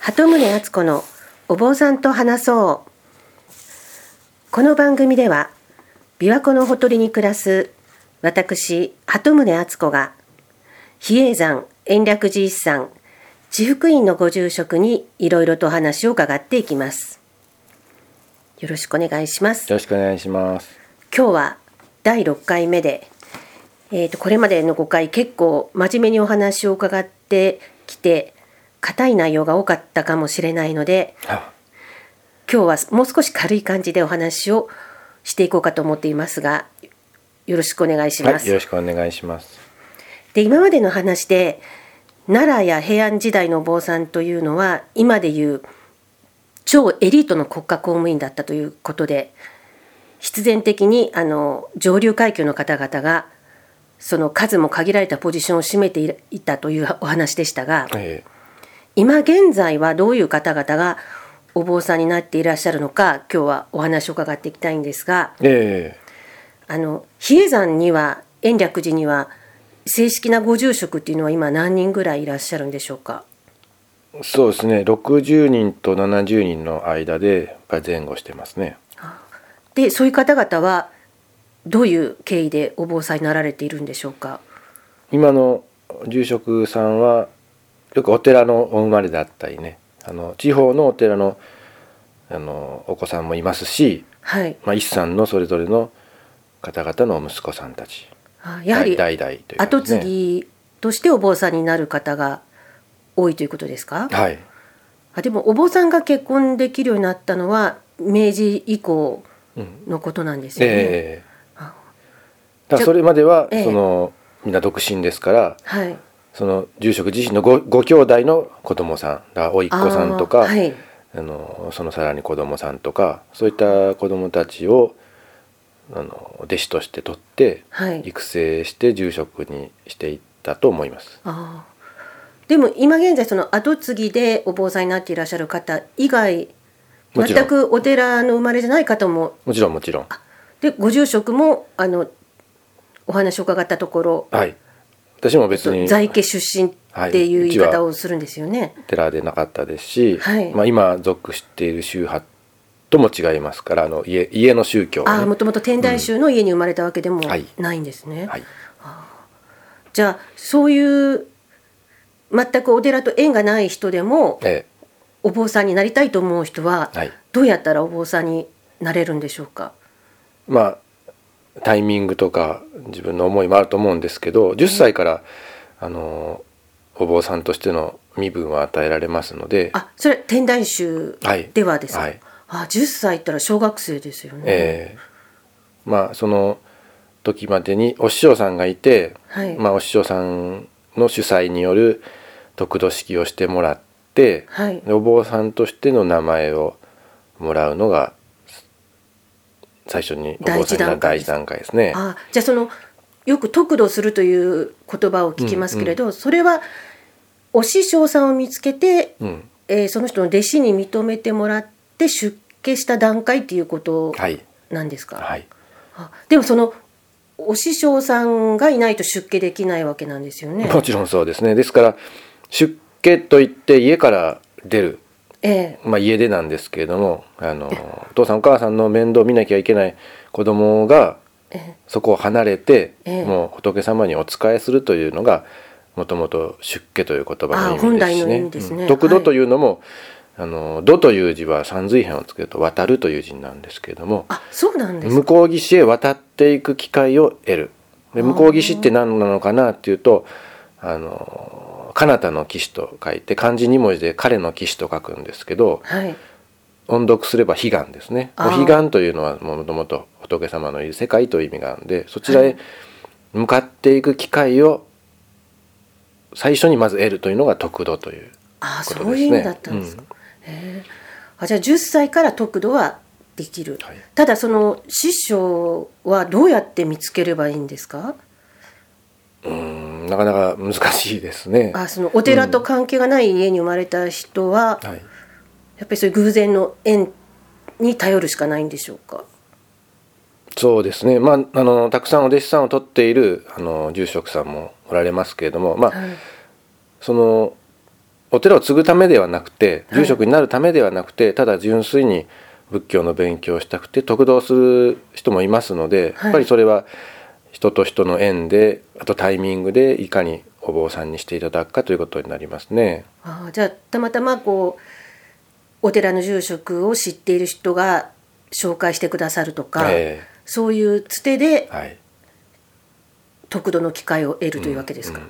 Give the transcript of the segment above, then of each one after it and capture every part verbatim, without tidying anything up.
鳩宗敦子のお坊さんと話そう。この番組では琵琶湖のほとりに暮らす私鳩宗敦子が比叡山延暦寺一山智福院のご住職にいろいろと話を伺っていきます。よろしくお願いします。 よろしくお願いします。 今日はだいろっかいめで、えーと、これまでのごかい結構真面目にお話を伺ってきて硬い内容が多かったかもしれないので、今日はもう少し軽い感じでお話をしていこうかと思っていますが、よろしくお願いします。 はい、よろしくお願いします。 で、今までの話で奈良や平安時代のお坊さんというのは今でいう超エリートの国家公務員だったということで、必然的にあの上流階級の方々がその数も限られたポジションを占めていたというお話でしたが、ええ、今現在はどういう方々がお坊さんになっていらっしゃるのか、今日はお話を伺っていきたいんですが、ええ、あの比叡山には延暦寺には正式なご住職っていうのは今何人ぐらいいらっしゃるんでしょうか。 そうですね、ろくじゅうにんとななじゅうにんの間でやっぱり前後してますね。 で、そういう方々はどういう経緯でお坊さんになられているんでしょうか。 今の住職さんはよくお寺のお生まれだったりね、あの地方のお寺の、あのお子さんもいますし、はい、まあ、一山のそれぞれの方々の息子さんたち、 やはり代々という、ね、 後継ぎとしてお坊さんになる方が多いということですか。 はい。 あ、でもお坊さんが結婚できるようになったのは明治以降のことなんですよね。うん、えー、 だからそれまではその、えー、みんな独身ですから、はい、その住職自身の ご, ご兄弟の子供さんだ、甥っ子さんとか、あ、はい、あのそのさらに子供さんとか、そういった子供たちをあの弟子として取って、はい、育成して住職にしていったと思います。 あ、でも今現在その後継ぎでお坊さんになっていらっしゃる方以外、全くお寺の生まれじゃない方ももちろんもちろんで、ご住職もあのお話を伺ったところ、 はい、私も別に在家出身っていう言い方をするんですよね。はい、 寺でなかったですし、はい、まあ、今属している宗派とも違いますから、あの 家, 家の宗教、ね、 あ、もともと天台宗の家に生まれたわけでもないんですね。うん、はいはい、じゃあそういう全くお寺と縁がない人でも、ええ、お坊さんになりたいと思う人は、はい、どうやったらお坊さんになれるんでしょうか。 まあタイミングとか自分の思いもあると思うんですけど、じゅっさいから、うん、あのお坊さんとしての身分は与えられますので。 あ、それ天台宗ではですか。はいはい、あ、じゅっさいったら小学生ですよね。 えー、まあその時までにお師匠さんがいて、はい、まあ、お師匠さんの主催による得度式をしてもらって、はい、お坊さんとしての名前をもらうのが最初にお坊さんになる第一段階ですね。 あ、じゃあそのよく得度するという言葉を聞きますけれど、うんうん、それはお師匠さんを見つけて、うん、えー、その人の弟子に認めてもらって出家した段階っていうことなんですか。はいはい、あ、でもそのお師匠さんがいないと出家できないわけなんですよね。 もちろんそうですね。ですから出家といって家から出る、ええ、まあ、家出なんですけれども、あのお父さんお母さんの面倒を見なきゃいけない子供がそこを離れて、ええ、もう仏様にお仕えするというのがもともと出家という言葉の意味ですしね。ですね、うん、得度というのも、はい、あの度という字は三髄辺をつけると渡るという字なんですけれども、 あ、そうなんですか。 向こう岸へ渡っていく機会を得る。で、向こう岸って何なのかなっていうと、あの彼方の岸と書いて漢字に文字で彼の岸と書くんですけど、はい、音読すれば彼岸ですね。お彼岸というのはもともと仏様のいる世界という意味があるんで、そちらへ向かっていく機会を最初にまず得るというのが得度ということですね。 あ、そういう意味だったんですか。うん、へー、あ、じゃあじゅっさいから得度はできる。はい、ただその師匠はどうやって見つければいいんですか。 うーん、なかなか難しいですね。 あ、そのお寺と関係がない家に生まれた人は、うん、はい、やっぱりそういう偶然の縁に頼るしかないんでしょうか。 そうですね、まあ、あのたくさんお弟子さんを取っているあの住職さんもおられますけれども、まあ、はい、そのお寺を継ぐためではなくて、住職になるためではなくて、はい、ただ純粋に仏教の勉強をしたくて得度する人もいますので、はい、やっぱりそれは人と人の縁で、あとタイミングでいかにお坊さんにしていただくかということになりますね。 あ、じゃあたまたまこうお寺の住職を知っている人が紹介してくださるとか、えー、そういうつてで、はい、得度の機会を得るというわけですか。うんうん、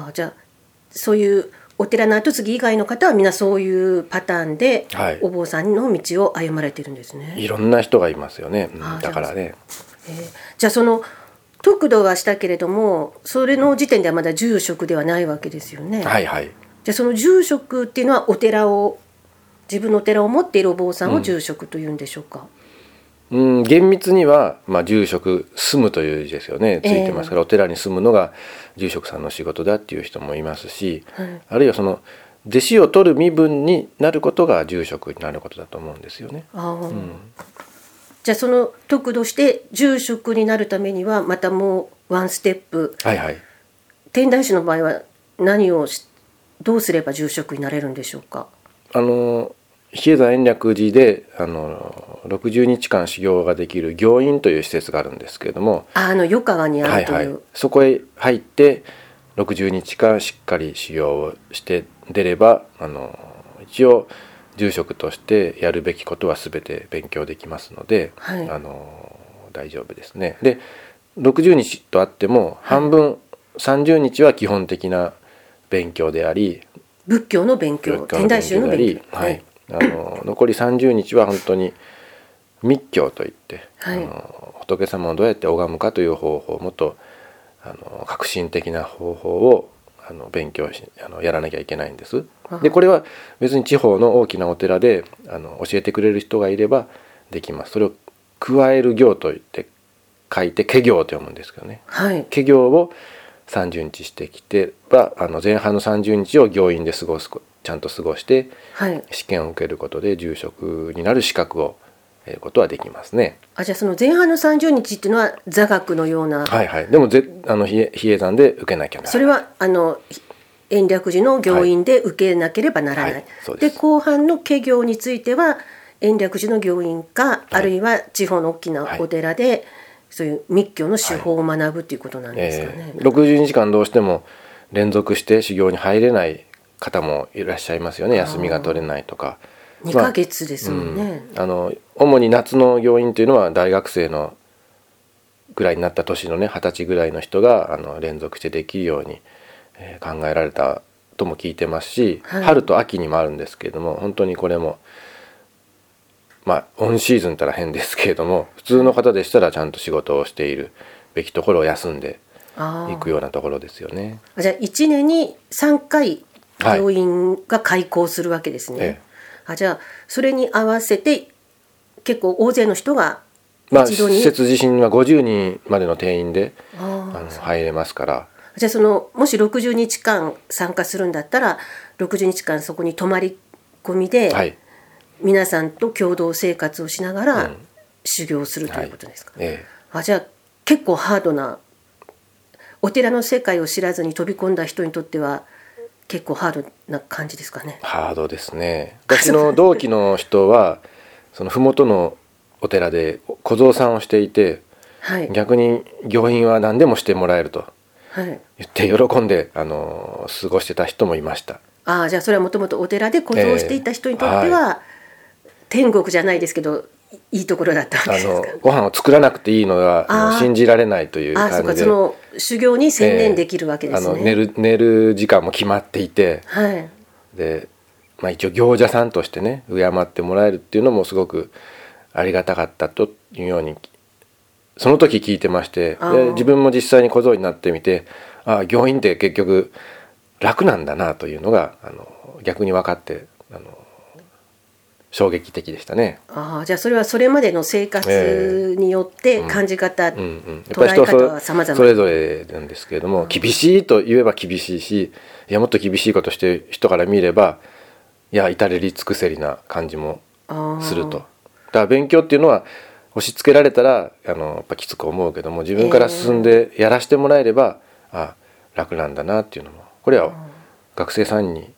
あ、じゃあそういうお寺の後継ぎ以外の方はみんなそういうパターンでお坊さんの道を歩まれているんですね。 はい、いろんな人がいますよね。うん、だからね。 えー、じゃあその得度はしたけれども、それの時点ではまだ住職ではないわけですよね。 はいはい。 じゃあその住職っていうのはお寺を自分のお寺を持っているお坊さんを住職というんでしょうか。 うん、うん、厳密には、まあ、住職住むという字ですよね、ついてますから、えー、お寺に住むのが住職さんの仕事だっていう人もいますし、はい、あるいはその弟子を取る身分になることが住職になることだと思うんですよね。あ、うん、 じゃあその得度して住職になるためにはまたもうワンステップ、はいはい、天台宗の場合は何をどうすれば住職になれるんでしょうか。 あの比叡山延暦寺であのろくじゅうにちかん修行ができる行院という施設があるんですけれども、 あ、あの余川にあるという、はいはい、 そこへ入ってろくじゅうにちかんしっかり修行をして出れば、あの一応住職としてやるべきことは全て勉強できますので、はい、あの大丈夫ですね。でろくじゅうにちとあっても半分、はい、さんじゅうにちは基本的な勉強であり、 仏教の勉強、天台宗の勉強、 はい、あの残りさんじゅうにちは本当に密教といって、はい、あの仏様をどうやって拝むかという方法をもっとあの革新的な方法をあの勉強しあのやらなきゃいけないんです。でこれは別に地方の大きなお寺であの教えてくれる人がいればできます。それを加える行といって書いて化行と読むんですけどね、はい、化行をさんじゅうにちしてきてはあの前半のさんじゅうにちを行院で過ごすちゃんと過ごして、はい、試験を受けることで住職になる資格を得ることはできますね。 あ、じゃあその前半のさんじゅうにちっていうのは座学のような、 はいはい、でもぜあの比叡山で受けなきゃならない。 それはあの延暦寺の行院で受けなければならない、はいはい、で, で後半の化行については延暦寺の行院か、はい、あるいは地方の大きなお寺で、はい、そういう密教の手法を学ぶということなんですかね。はい、 えー、ろくじゅうにちかんどうしても連続して修行に入れない方もいらっしゃいますよね。休みが取れないとか。 にかげつですもんね。 まあ、うん、あの主に夏の行院というのは大学生のぐらいになった年のねはたちぐらいの人があの連続してできるように、えー、考えられたとも聞いてますし、はい、春と秋にもあるんですけれども、本当にこれもまあオンシーズンったら変ですけれども、普通の方でしたらちゃんと仕事をしているべきところを休んでいくようなところですよね。 じゃあいちねんにさんかい病院が開校するわけですね。はい、ええ、あ、じゃあそれに合わせて結構大勢の人が一度に、まあ、 施設自身はごじゅうにんまでの定員であの入れますから。 じゃあそのもしろくじゅうにちかん参加するんだったらろくじゅうにちかんそこに泊まり込みで、はい、皆さんと共同生活をしながら修行するということですか。はい、ええ、あ、じゃあ結構ハードな、お寺の世界を知らずに飛び込んだ人にとっては結構ハードな感じですかね。 ハードですね。私の同期の人はその麓のお寺で小僧さんをしていて、はい、逆に行員は何でもしてもらえると言って喜んで、あの過ごしてた人もいました。 ああ、じゃあそれはもともとお寺で小僧をしていた人にとっては、えーはい、天国じゃないですけどいいところだったわけですか。あのご飯を作らなくていいのは信じられないという感じで、ああ、そうか、 その修行に専念できるわけですね。 えー、あの寝る、寝る時間も決まっていて、はい、で、まあ、一応行者さんとしてね敬ってもらえるっていうのもすごくありがたかったというようにその時聞いてまして、で自分も実際に小僧になってみて、ああ行員って結局楽なんだなというのがあの逆に分かってあの衝撃的でしたね。 ああ、じゃあそれはそれまでの生活によって感じ方、えーうんうんうん、捉え方は様々、 それぞれなんですけれども、厳しいと言えば厳しいし、いやもっと厳しいことしてる人から見ればいや至れり尽くせりな感じもすると。だから勉強っていうのは押し付けられたらあのやっぱきつく思うけども、自分から進んでやらせてもらえれば、えー、あ楽なんだなっていうのも、これは学生さんに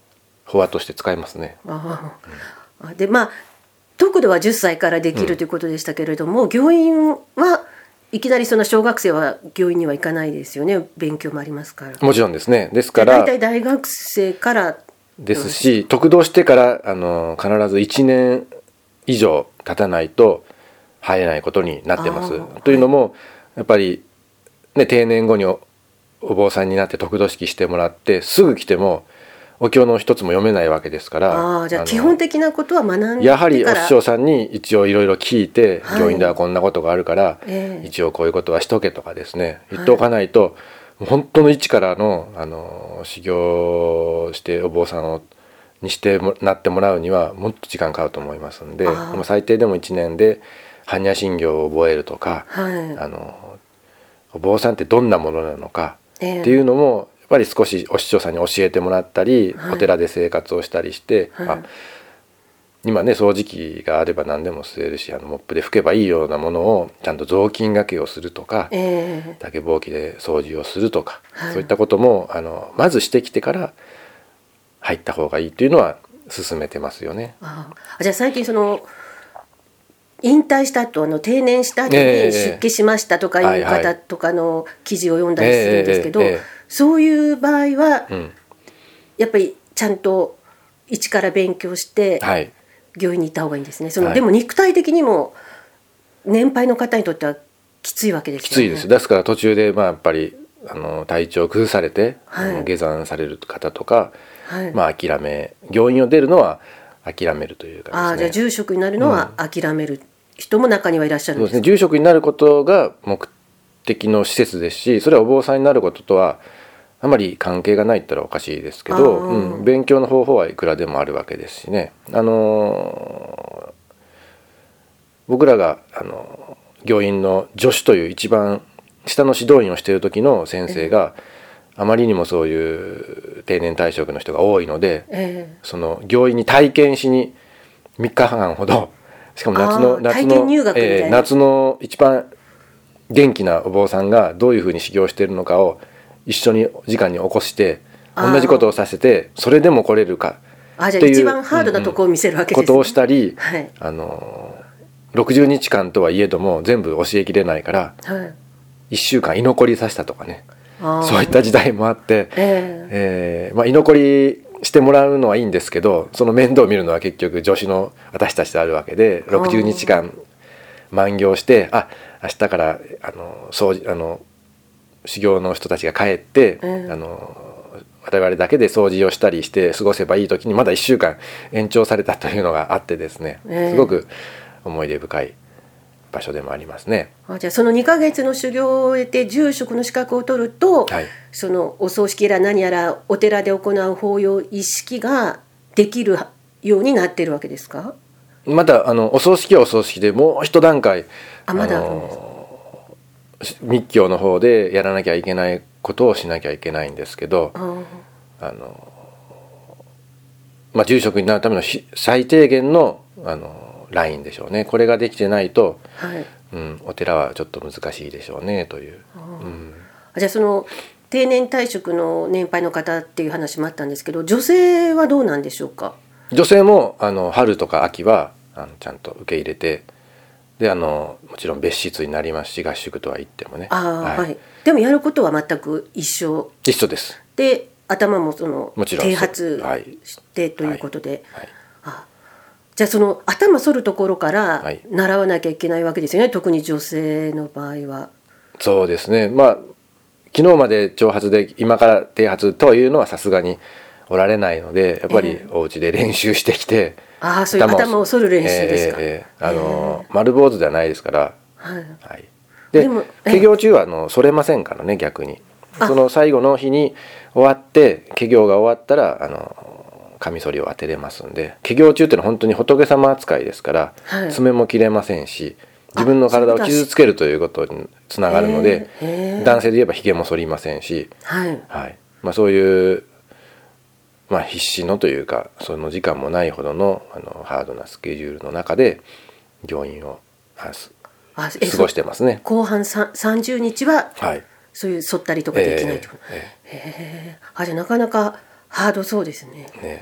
法話として使えますね。 あ、うん、でまあ得度はじゅっさいからできるということでしたけれども、うん、行員はいきなりその小学生は行員には行かないですよね。勉強もありますから。 もちろんですね。ですから大体大学生からですし、得度してからあの必ずいちねん以上経たないと入れないことになってます。というのも、はい、やっぱり、ね、定年後に お, お坊さんになって得度式してもらってすぐ来てもお経の一つも読めないわけですから、 あじゃあ基本的なことは学んでからやはりお師匠さんに一応いろいろ聞いて、はい、行員ではこんなことがあるから、えー、一応こういうことはしとけとかですね言っておかないと、はい、もう本当の一からの、あの修行してお坊さんをにしてもなってもらうにはもっと時間かかると思いますんで、もう最低でもいちねんで般若心経を覚えるとか、はい、あのお坊さんってどんなものなのかっていうのも、えーやっぱり少しお師匠さんに教えてもらったり、はい、お寺で生活をしたりして、はい、あ今ね掃除機があれば何でも吸えるしあのモップで拭けばいいようなものをちゃんと雑巾がけをするとか、えー、竹ぼうきで掃除をするとか、はい、そういったこともあのまずしてきてから入った方がいいというのは勧めてますよね。 あじゃあ最近その引退した後あの定年した後に出家しましたとかいう方とかの記事を読んだりするんですけど、えーえーえーそういう場合は、うん、やっぱりちゃんと一から勉強して、はい、行員に行った方がいいんですね。その、はい、でも肉体的にも年配の方にとってはきついわけですよね。 きついです。ですから途中でまあやっぱりあの体調を崩されて、はい、下山される方とか、はい、まあ諦め行員を出るのは諦めるというかですね。 あじゃあ住職になるのは諦める人も中にはいらっしゃるんですか。 そうですね。住職になることが目的の施設ですし、それはお坊さんになることとはあまり関係がないって言ったらおかしいですけど、うん、勉強の方法はいくらでもあるわけですしね。あのー、僕らが、あのー、行員の助手という一番下の指導員をしている時の先生が、えー、あまりにもそういう定年退職の人が多いので、えー、その行員に体験しにみっかはんほど、しかも夏の夏の、えー、夏の一番元気なお坊さんがどういうふうに修行しているのかを一緒に時間に起こして同じことをさせてそれでも来れるかっていう、あじゃあ一番ハードなところを見せるわけですね、 ことをしたり、はい、あのろくじゅうにちかんとはいえども全部教えきれないから、はい、いっしゅうかん居残りさせたとかね、そういった時代もあって、えーえーまあ、居残りしてもらうのはいいんですけどその面倒を見るのは結局助手の私たちであるわけでろくじゅうにちかん満行してあ明日からあの掃除あの修行の人たちが帰って、うん、あの我々だけで掃除をしたりして過ごせばいい時にまだいっしゅうかん延長されたというのがあってですね、えー、すごく思い出深い場所でもありますね。 あじゃあそのにかげつの修行を終えて住職の資格を取ると、はい、そのお葬式やら何やらお寺で行う法要儀式ができるようになっているわけですか。 またあのお葬式はお葬式でもう一段階あまだあるんですか。密教の方でやらなきゃいけないことをしなきゃいけないんですけど、あの、まあ、住職になるための最低限の、あのラインでしょうね。これができてないと、はいうん、お寺はちょっと難しいでしょうねという、うん、 じゃあその定年退職の年配の方っていう話もあったんですけど女性はどうなんでしょうか。 女性もあの春とか秋はあのちゃんと受け入れてであのもちろん別室になりますし合宿とは言ってもねあ、はいはい、でもやることは全く一緒一緒ですで頭もその剃髪してということで、はいはいはい、あじゃあその頭剃るところから習わなきゃいけないわけですよね、はい、特に女性の場合は。 そうですねまあ昨日まで長髪で今から剃髪というのはさすがにおられないのでやっぱりお家で練習してきて、えーああそういう頭を剃る練習ですか。 えーえー、あのー、丸坊主ではないですから、はいはい、で化業中はあの剃れませんからね逆にその最後の日に終わって化業が終わったらあのカミソリを当てれますんで化業中っていうのは本当に仏様扱いですから、はい、爪も切れませんし自分の体を傷つけるということにつながるので男性で言えばひげも剃りませんし、はいはいまあ、そういうまあ、必死のというかその時間もないほど の, あのハードなスケジュールの中で行員を過ごしてますね。 後半さんじゅうにちは、はい、そういう剃ったりとかできないと、えーえー、あじゃあなかなかハードそうです ね, ね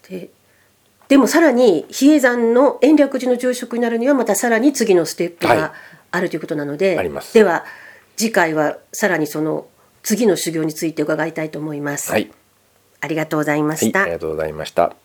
ででもさらに比叡山の延暦寺の住職になるにはまたさらに次のステップがあるということなので、 あります。 では次回はさらにその次の修行について伺いたいと思います。 はい、 ありがとうございました。 はい、ありがとうございました。